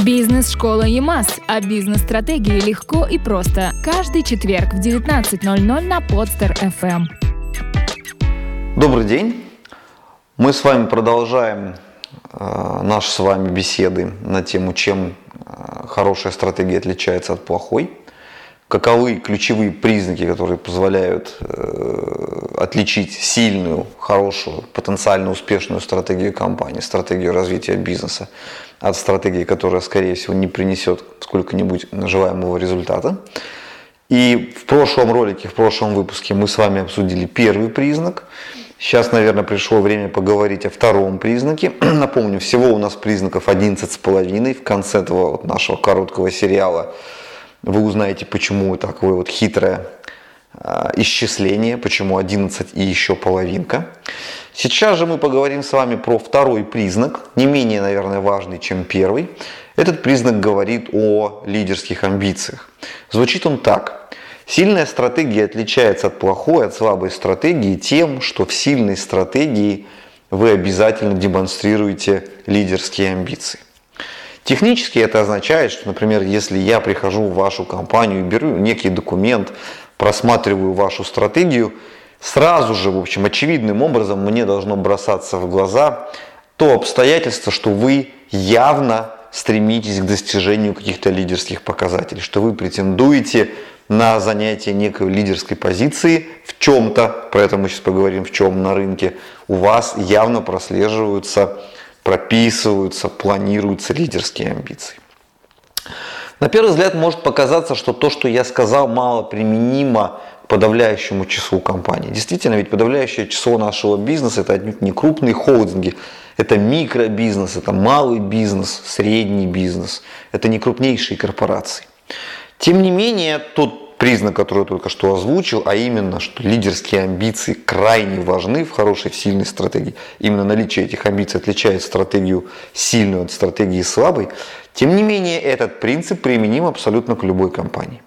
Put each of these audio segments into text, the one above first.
Бизнес-школа ЕМАС. О бизнес-стратегии легко и просто. Каждый четверг в 19:00 на Podster FM. Добрый день. Мы с вами продолжаем наши с вами беседы на тему, чем хорошая стратегия отличается от плохой. Каковы ключевые признаки, которые позволяют отличить сильную, хорошую, потенциально успешную стратегию компании, стратегию развития бизнеса от стратегии, которая, скорее всего, не принесет сколько-нибудь желаемого результата. И в прошлом ролике, в прошлом выпуске мы с вами обсудили первый признак. Сейчас, наверное, пришло время поговорить о втором признаке. Напомню, всего у нас признаков 11,5. В конце этого нашего короткого сериала вы узнаете, почему такое вот хитрое исчисление, почему 11 и еще половинка. Сейчас же мы поговорим с вами про второй признак, не менее, наверное, важный, чем первый. Этот признак говорит о лидерских амбициях. Звучит он так. Сильная стратегия отличается от плохой, от слабой стратегии тем, что в сильной стратегии вы обязательно демонстрируете лидерские амбиции. Технически это означает, что, например, если я прихожу в вашу компанию, беру некий документ, просматриваю вашу стратегию, сразу же, в общем, очевидным образом мне должно бросаться в глаза то обстоятельство, что вы явно стремитесь к достижению каких-то лидерских показателей, что вы претендуете на занятие некой лидерской позиции в чем-то, про это мы сейчас поговорим, в чем на рынке, у вас явно прослеживаются, прописываются, планируются лидерские амбиции. На первый взгляд может показаться, что то, что я сказал, мало применимо к подавляющему числу компаний. Действительно, ведь подавляющее число нашего бизнеса – это отнюдь не крупные холдинги, это микробизнес, это малый бизнес, средний бизнес, это не крупнейшие корпорации. Тем не менее, тот признак, который я только что озвучил, а именно, что лидерские амбиции крайне важны в хорошей, в сильной стратегии, именно наличие этих амбиций отличает стратегию сильную от стратегии слабой, тем не менее, этот принцип применим абсолютно к любой компании.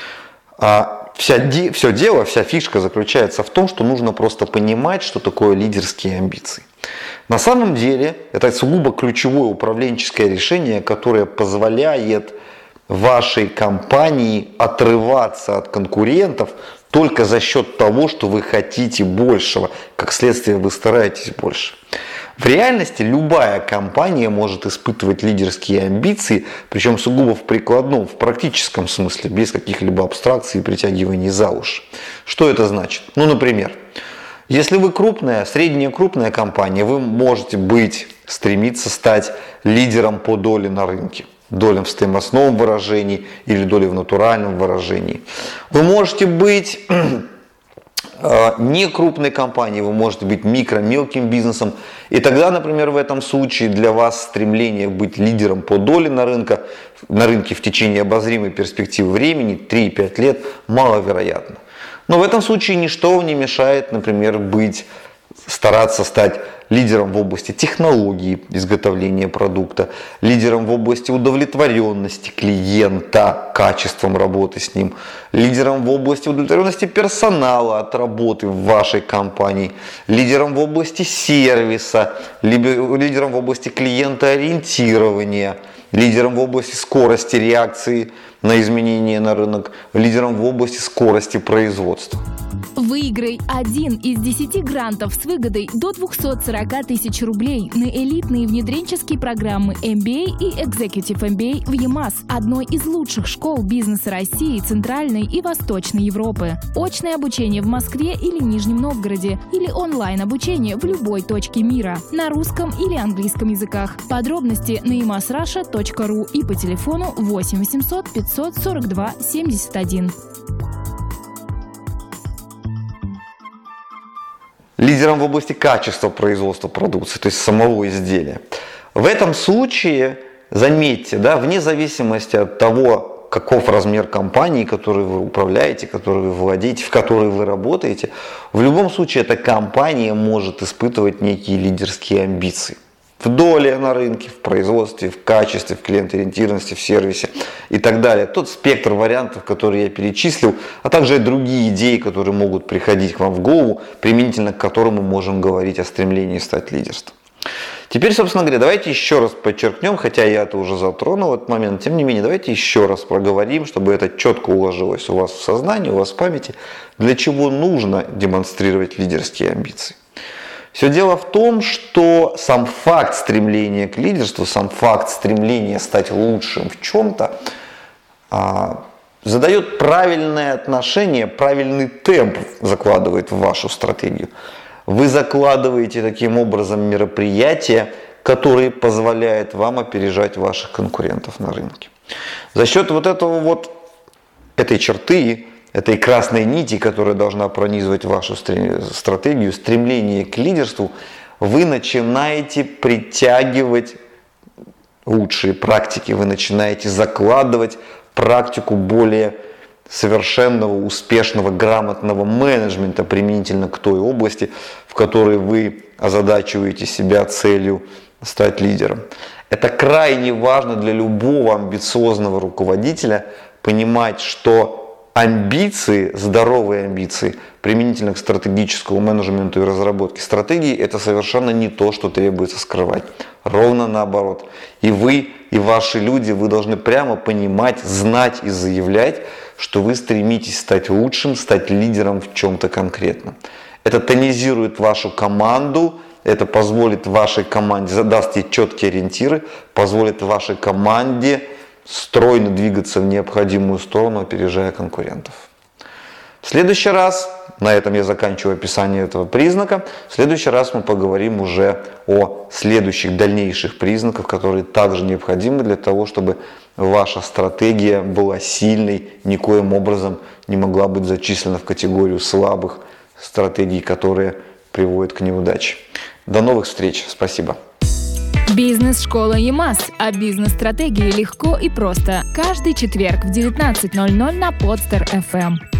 Все дело, вся фишка заключается в том, что нужно просто понимать, что такое лидерские амбиции. На самом деле, это сугубо ключевое управленческое решение, которое позволяет вашей компании отрываться от конкурентов только за счет того, что вы хотите большего. Как следствие, вы стараетесь больше. В реальности любая компания может испытывать лидерские амбиции, причем сугубо в прикладном, в практическом смысле, без каких-либо абстракций и притягиваний за уши. Что это значит? Ну, например, если вы крупная, средняя крупная компания, вы можете стремиться стать лидером по доле на рынке. Долям в стоимостном выражении или доли в натуральном выражении. Вы можете быть не крупной компанией, вы можете быть мелким бизнесом. И тогда, например, в этом случае для вас стремление быть лидером по доле на рынке в течение обозримой перспективы времени, 3-5 лет, маловероятно. Но в этом случае ничто не мешает, например, стараться стать лидером в области технологии изготовления продукта, лидером в области удовлетворенности клиента качеством работы с ним, лидером в области удовлетворенности персонала от работы в вашей компании, лидером в области сервиса, лидером в области клиентоориентирования, лидером в области скорости реакции на изменения на рынок, лидером в области скорости производства. Выиграй 1 из 10 грантов с выгодой до 240 тысяч рублей на элитные внедренческие программы MBA и Executive MBA в ЕМАС, одной из лучших школ бизнеса России, Центральной и Восточной Европы. Очное обучение в Москве или Нижнем Новгороде или онлайн-обучение в любой точке мира на русском или английском языках. Подробности на emasrussia.ru и по телефону 8 800 542 71. Лидером в области качества производства продукции, то есть самого изделия. В этом случае, заметьте, вне зависимости от того, каков размер компании, которой вы управляете, которой вы владеете, в которой вы работаете, в любом случае эта компания может испытывать некие лидерские амбиции. В доле на рынке, в производстве, в качестве, в клиентоориентированности, в сервисе и так далее. Тот спектр вариантов, которые я перечислил, а также и другие идеи, которые могут приходить к вам в голову, применительно к которым мы можем говорить о стремлении стать лидерством. Теперь, собственно говоря, давайте еще раз подчеркнем, хотя я это уже затронул этот момент, тем не менее, давайте еще раз проговорим, чтобы это четко уложилось у вас в сознании, у вас в памяти, для чего нужно демонстрировать лидерские амбиции. Все дело в том, что сам факт стремления к лидерству, сам факт стремления стать лучшим в чем-то задает правильное отношение, правильный темп закладывает в вашу стратегию. Вы закладываете таким образом мероприятия, которые позволяют вам опережать ваших конкурентов на рынке. За счет этой черты, этой красной нити, которая должна пронизывать вашу стратегию, стремление к лидерству, вы начинаете притягивать лучшие практики, вы начинаете закладывать практику более совершенного, успешного, грамотного менеджмента применительно к той области, в которой вы озадачиваете себя целью стать лидером. Это крайне важно для любого амбициозного руководителя понимать, что амбиции, здоровые амбиции, применительно к стратегическому менеджменту и разработке стратегии, это совершенно не то, что требуется скрывать. Ровно наоборот. И вы, и ваши люди, вы должны прямо понимать, знать и заявлять, что вы стремитесь стать лучшим, стать лидером в чем-то конкретном. Это тонизирует вашу команду, это позволит вашей команде, задаст ей четкие ориентиры, позволит вашей команде стройно двигаться в необходимую сторону, опережая конкурентов. В следующий раз, на этом я заканчиваю описание этого признака, в следующий раз мы поговорим уже о следующих дальнейших признаках, которые также необходимы для того, чтобы ваша стратегия была сильной, никоим образом не могла быть зачислена в категорию слабых стратегий, которые приводят к неудаче. До новых встреч. Спасибо. Бизнес-школа ЕМАС. О бизнес-стратегии легко и просто. Каждый четверг в 19:00 на Podster FM.